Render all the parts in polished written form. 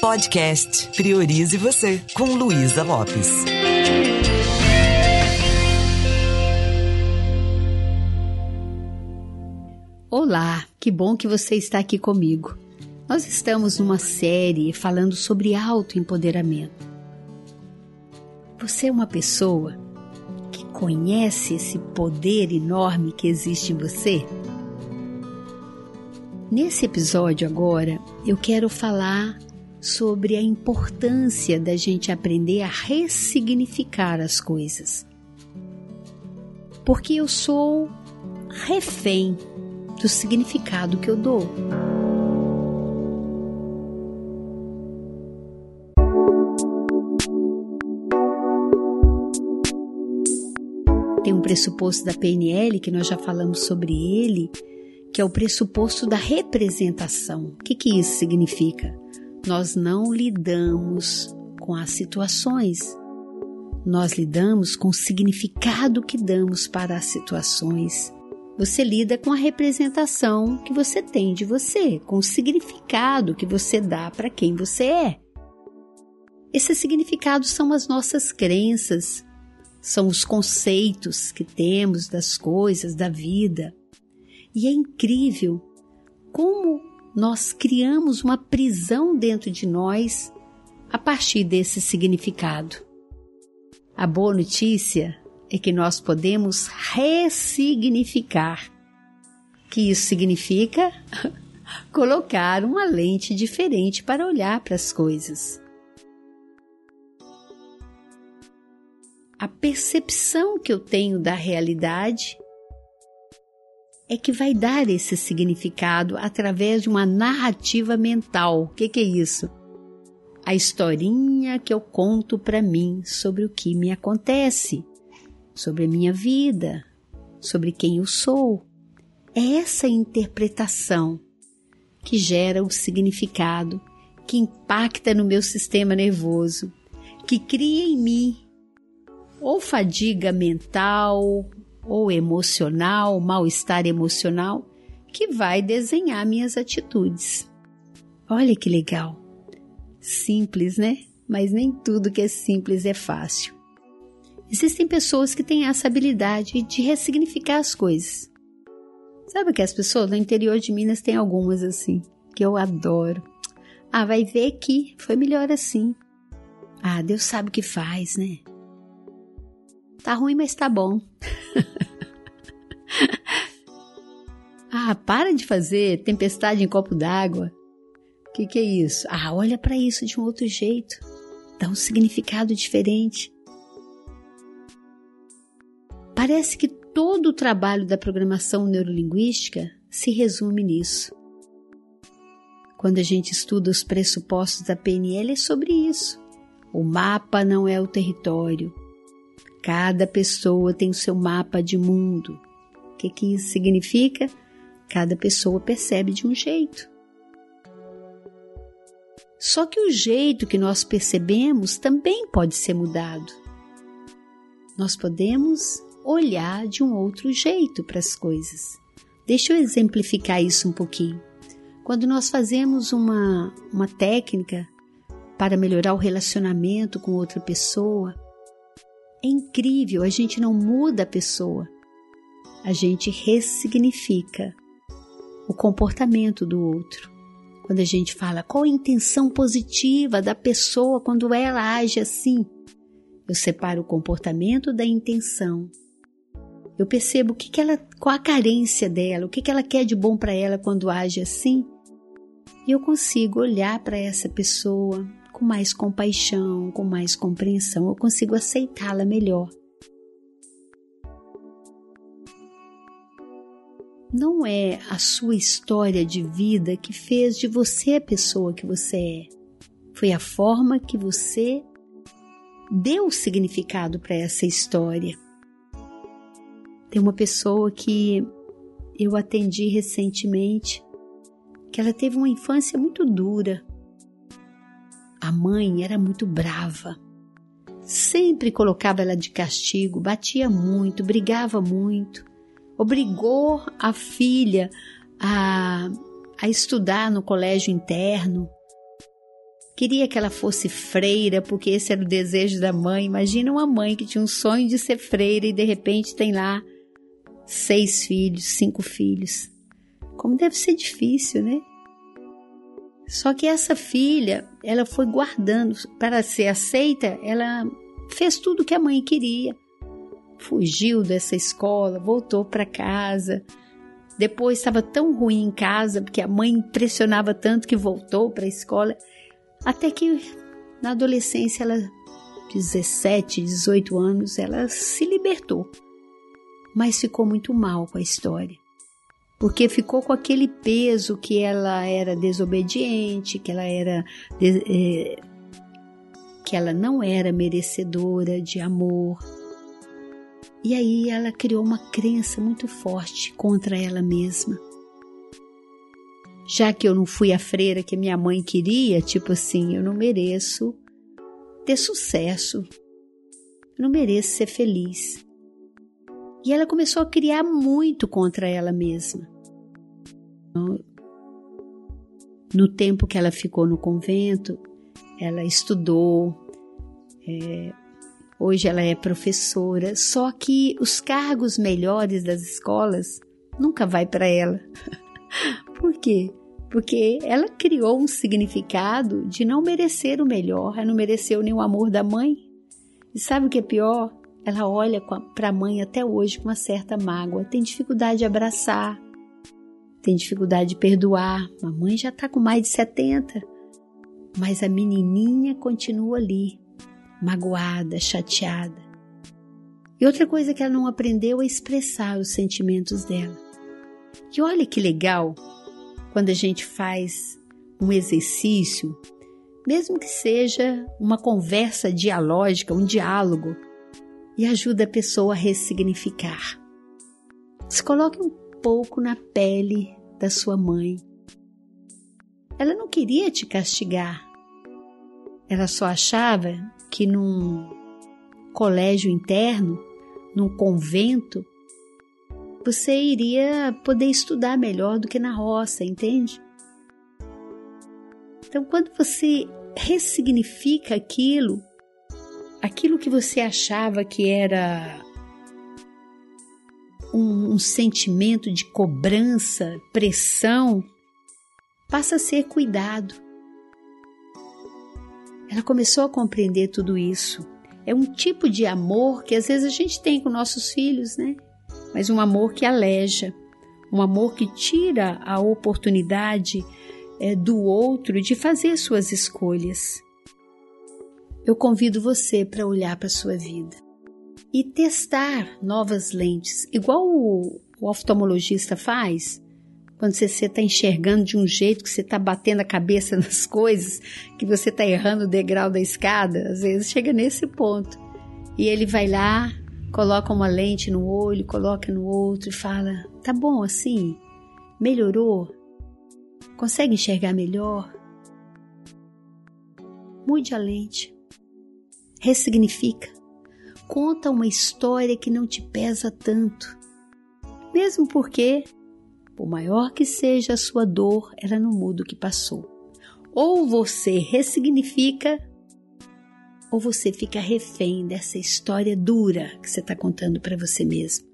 Podcast Priorize Você, com Luísa Lopes. Olá, que bom que você está aqui comigo. Nós estamos numa série falando sobre autoempoderamento. Você é uma pessoa que conhece esse poder enorme que existe em você? Nesse episódio agora, eu quero falar sobre a importância da gente aprender a ressignificar as coisas. Porque eu sou refém do significado que eu dou. Tem um pressuposto da PNL, que nós já falamos sobre ele, que é o pressuposto da representação. O que isso significa? Nós não lidamos com as situações. Nós lidamos com o significado que damos para as situações. Você lida com a representação que você tem de você, com o significado que você dá para quem você é. Esses significados são as nossas crenças, são os conceitos que temos das coisas, da vida. E é incrível como nós criamos uma prisão dentro de nós a partir desse significado. A boa notícia é que nós podemos ressignificar. O que isso significa? Colocar uma lente diferente para olhar para as coisas. A percepção que eu tenho da realidade é que vai dar esse significado através de uma narrativa mental. O que é isso? A historinha que eu conto para mim sobre o que me acontece, sobre a minha vida, sobre quem eu sou. É essa interpretação que gera o significado, que impacta no meu sistema nervoso, que cria em mim ou fadiga mental, ou emocional, mal-estar emocional, que vai desenhar minhas atitudes. Olha que legal. Simples, né? Mas nem tudo que é simples é fácil. Existem pessoas que têm essa habilidade de ressignificar as coisas. Sabe que as pessoas no interior de Minas têm algumas assim, que eu adoro. Vai ver que foi melhor assim. Deus sabe o que faz, né? Tá ruim, mas tá bom. Para de fazer tempestade em copo d'água. O que é isso? Olha para isso de um outro jeito. Dá um significado diferente. Parece que todo o trabalho da programação neurolinguística se resume nisso. Quando a gente estuda os pressupostos da PNL, é sobre isso. O mapa não é o território. Cada pessoa tem o seu mapa de mundo. O que isso significa? Cada pessoa percebe de um jeito. Só que o jeito que nós percebemos também pode ser mudado. Nós podemos olhar de um outro jeito para as coisas. Deixa eu exemplificar isso um pouquinho. Quando nós fazemos uma técnica para melhorar o relacionamento com outra pessoa, é incrível, a gente não muda a pessoa, a gente ressignifica o comportamento do outro. Quando a gente fala qual a intenção positiva da pessoa quando ela age assim, eu separo o comportamento da intenção. Eu percebo qual a carência dela, o que ela quer de bom para ela quando age assim, e eu consigo olhar para essa pessoa com mais compaixão, com mais compreensão, eu consigo aceitá-la melhor. Não é a sua história de vida que fez de você a pessoa que você é. Foi a forma que você deu significado para essa história. Tem uma pessoa que eu atendi recentemente, que ela teve uma infância muito dura. A mãe era muito brava, sempre colocava ela de castigo, batia muito, brigava muito, obrigou a filha a estudar no colégio interno. Queria que ela fosse freira, porque esse era o desejo da mãe. Imagina uma mãe que tinha um sonho de ser freira e de repente tem lá 6 filhos, 5 filhos. Como deve ser difícil, né? Só que essa filha, ela foi guardando. Para ser aceita, ela fez tudo o que a mãe queria. Fugiu dessa escola, voltou para casa. Depois estava tão ruim em casa, porque a mãe pressionava tanto que voltou para a escola. Até que na adolescência, ela, 17, 18 anos, ela se libertou. Mas ficou muito mal com a história. Porque ficou com aquele peso que ela era desobediente, que ela não era merecedora de amor. E aí ela criou uma crença muito forte contra ela mesma. Já que eu não fui a freira que minha mãe queria, tipo assim, eu não mereço ter sucesso, eu não mereço ser feliz. E ela começou a criar muito contra ela mesma. No tempo que ela ficou no convento, ela estudou, hoje ela é professora, só que os cargos melhores das escolas nunca vai para ela. Por quê? Porque ela criou um significado de não merecer o melhor, ela não mereceu nem o amor da mãe. E sabe o que é pior? Ela olha para a mãe até hoje com uma certa mágoa, tem dificuldade de abraçar, tem dificuldade de perdoar. A mãe já está com mais de 70, mas a menininha continua ali, magoada, chateada. E outra coisa que ela não aprendeu é expressar os sentimentos dela. E olha que legal, quando a gente faz um exercício, mesmo que seja uma conversa dialógica, um diálogo, e ajuda a pessoa a ressignificar. Se coloque um pouco na pele da sua mãe. Ela não queria te castigar. Ela só achava que num colégio interno, num convento, você iria poder estudar melhor do que na roça, entende? Então, quando você ressignifica aquilo que você achava que era um sentimento de cobrança, pressão, passa a ser cuidado. Ela começou a compreender tudo isso. É um tipo de amor que às vezes a gente tem com nossos filhos, né? Mas um amor que aleja, um amor que tira a oportunidade do outro de fazer suas escolhas. Eu convido você para olhar para a sua vida e testar novas lentes, igual o oftalmologista faz, quando você está enxergando de um jeito que você está batendo a cabeça nas coisas, que você está errando o degrau da escada, às vezes chega nesse ponto. E ele vai lá, coloca uma lente no olho, coloca no outro e fala, tá bom assim? Melhorou? Consegue enxergar melhor? Mude a lente. Ressignifica. Conta uma história que não te pesa tanto. Mesmo porque, por maior que seja a sua dor, ela não muda o que passou. Ou você ressignifica, ou você fica refém dessa história dura que você está contando para você mesmo.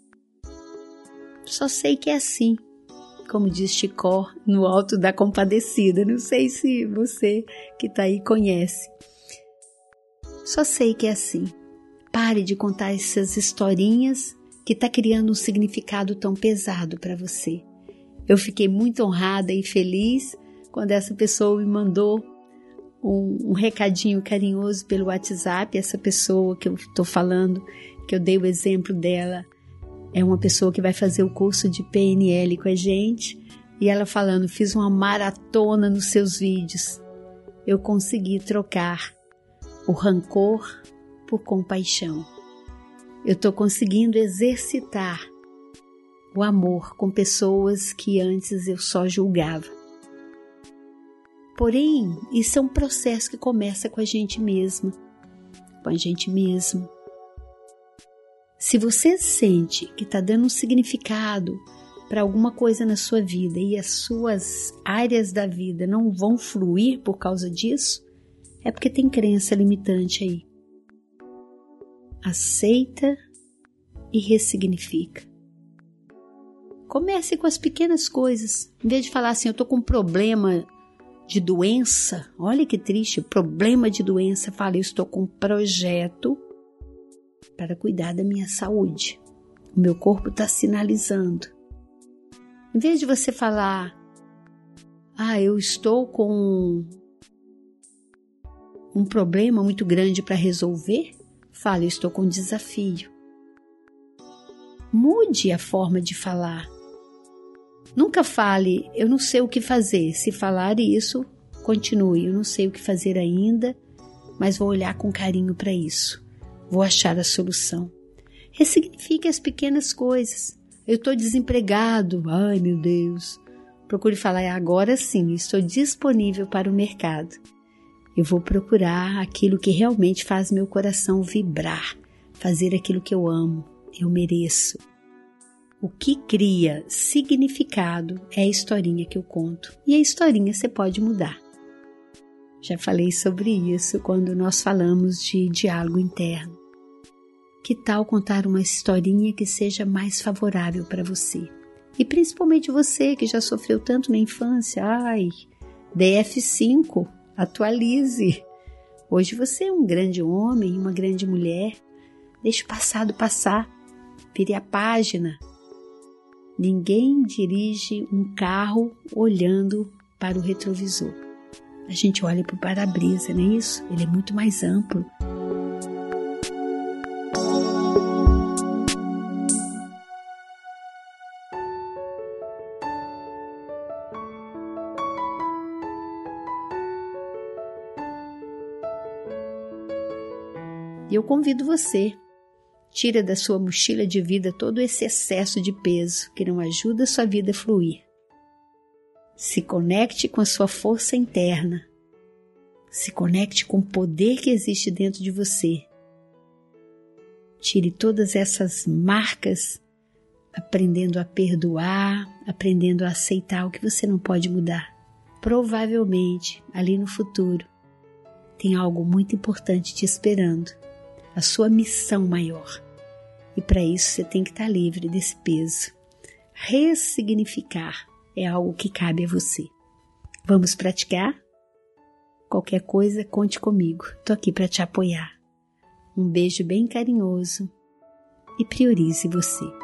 Só sei que é assim, como diz Chicó no Alto da Compadecida. Não sei se você que está aí conhece. Só sei que é assim. Pare de contar essas historinhas que está criando um significado tão pesado para você. Eu fiquei muito honrada e feliz quando essa pessoa me mandou um recadinho carinhoso pelo WhatsApp. Essa pessoa que eu estou falando, que eu dei o exemplo dela, é uma pessoa que vai fazer o curso de PNL com a gente. E ela falando, fiz uma maratona nos seus vídeos. Eu consegui trocar o rancor por compaixão. Eu estou conseguindo exercitar o amor com pessoas que antes eu só julgava. Porém, isso é um processo que começa com a gente mesma, com a gente mesmo. Se você sente que está dando um significado para alguma coisa na sua vida e as suas áreas da vida não vão fluir por causa disso, é porque tem crença limitante aí. Aceita e ressignifica. Comece com as pequenas coisas. Em vez de falar assim, eu estou com um problema de doença, olha que triste, problema de doença, fala, eu estou com um projeto para cuidar da minha saúde. O meu corpo está sinalizando. Em vez de você falar, eu estou com um problema muito grande para resolver, fala, eu estou com um desafio. Mude a forma de falar. Nunca fale, eu não sei o que fazer. Se falar isso, continue, eu não sei o que fazer ainda, mas vou olhar com carinho para isso. Vou achar a solução. Ressignifique as pequenas coisas. Eu estou desempregado. Ai, meu Deus. Procure falar, agora sim, estou disponível para o mercado. Eu vou procurar aquilo que realmente faz meu coração vibrar. Fazer aquilo que eu amo. Eu mereço. O que cria significado é a historinha que eu conto. E a historinha você pode mudar. Já falei sobre isso quando nós falamos de diálogo interno. Que tal contar uma historinha que seja mais favorável para você? E principalmente você que já sofreu tanto na infância. DF5, atualize. Hoje você é um grande homem, uma grande mulher. Deixe o passado passar. Vire a página. Ninguém dirige um carro olhando para o retrovisor. A gente olha para o para-brisa, não é isso? Ele é muito mais amplo. E eu convido você, tira da sua mochila de vida todo esse excesso de peso que não ajuda a sua vida a fluir. Se conecte com a sua força interna. Se conecte com o poder que existe dentro de você. Tire todas essas marcas, aprendendo a perdoar, aprendendo a aceitar o que você não pode mudar. Provavelmente, ali no futuro, tem algo muito importante te esperando. A sua missão maior. E para isso você tem que estar livre desse peso. Ressignificar é algo que cabe a você. Vamos praticar? Qualquer coisa, conte comigo. Estou aqui para te apoiar. Um beijo bem carinhoso e priorize você.